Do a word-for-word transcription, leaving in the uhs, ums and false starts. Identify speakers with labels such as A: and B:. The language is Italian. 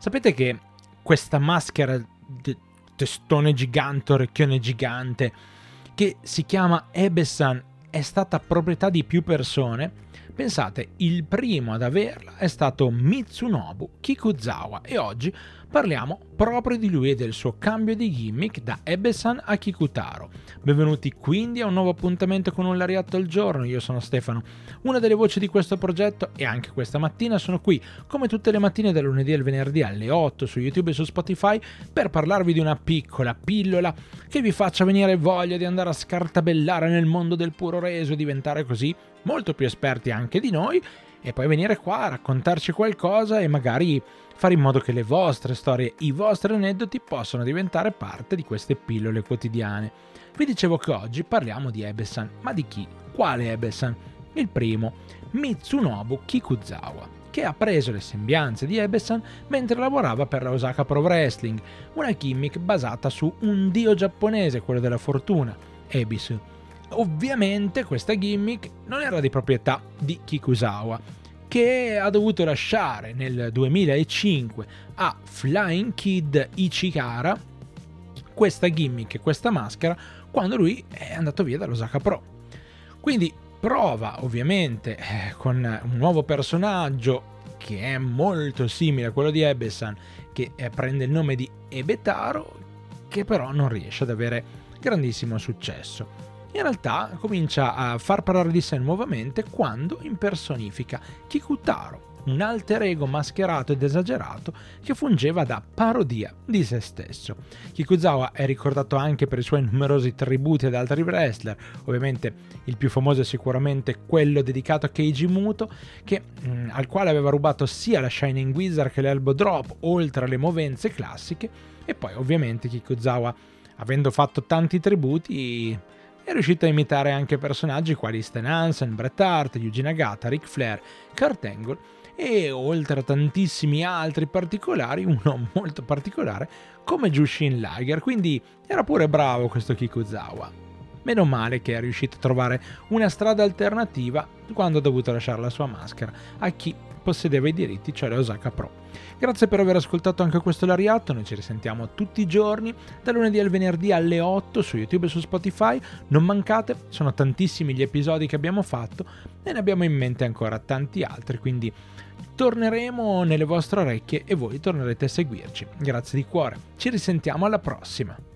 A: Sapete che questa maschera di testone gigante, orecchione gigante, che si chiama Ebe-san, è stata proprietà di più persone? Pensate, il primo ad averla è stato Mitsunobu Kikuzawa e oggi parliamo proprio di lui e del suo cambio di gimmick da Ebe-san a Kikutaro. Benvenuti quindi a un nuovo appuntamento con un Lariatto al giorno. Io sono Stefano, una delle voci di questo progetto, e anche questa mattina sono qui, come tutte le mattine dal lunedì al venerdì alle otto su YouTube e su Spotify, per parlarvi di una piccola pillola che vi faccia venire voglia di andare a scartabellare nel mondo del puro reso e diventare così molto più esperti anche di noi, e poi venire qua a raccontarci qualcosa e magari fare in modo che le vostre storie, i vostri aneddoti possano diventare parte di queste pillole quotidiane. Vi dicevo che oggi parliamo di Ebe-san, ma di chi? Quale Ebe-san? Il primo, Mitsunobu Kikuzawa, che ha preso le sembianze di Ebe-san mentre lavorava per la Osaka Pro Wrestling, una gimmick basata su un dio giapponese, quello della fortuna, Ebisu. Ovviamente questa gimmick non era di proprietà di Kikuzawa, che ha dovuto lasciare nel duemilacinque a Flying Kid Ichihara questa gimmick e questa maschera quando lui è andato via dall'Osaka Pro. Quindi prova ovviamente eh, con un nuovo personaggio che è molto simile a quello di Ebe-san, che eh, prende il nome di Ebetaro, che però non riesce ad avere grandissimo successo. In realtà comincia a far parlare di sé nuovamente quando impersonifica Kikutaro, un alter ego mascherato ed esagerato che fungeva da parodia di se stesso. Kikuzawa è ricordato anche per i suoi numerosi tributi ad altri wrestler, ovviamente il più famoso è sicuramente quello dedicato a Keiji Muto, che, mh, al quale aveva rubato sia la Shining Wizard che l'Elbow Drop, oltre alle movenze classiche, e poi ovviamente Kikuzawa, avendo fatto tanti tributi, è riuscito a imitare anche personaggi quali Stan Hansen, Bret Hart, Yuji Nagata, Ric Flair, Kurt Angle e oltre a tantissimi altri particolari, uno molto particolare come Jushin Liger, quindi era pure bravo questo Kikuzawa. Meno male che è riuscito a trovare una strada alternativa quando ha dovuto lasciare la sua maschera a chi possedeva i diritti, cioè la Osaka Pro. Grazie per aver ascoltato anche questo Lariatto, noi ci risentiamo tutti i giorni, dal lunedì al venerdì alle otto su YouTube e su Spotify, non mancate, sono tantissimi gli episodi che abbiamo fatto e ne abbiamo in mente ancora tanti altri, quindi torneremo nelle vostre orecchie e voi tornerete a seguirci. Grazie di cuore, ci risentiamo alla prossima!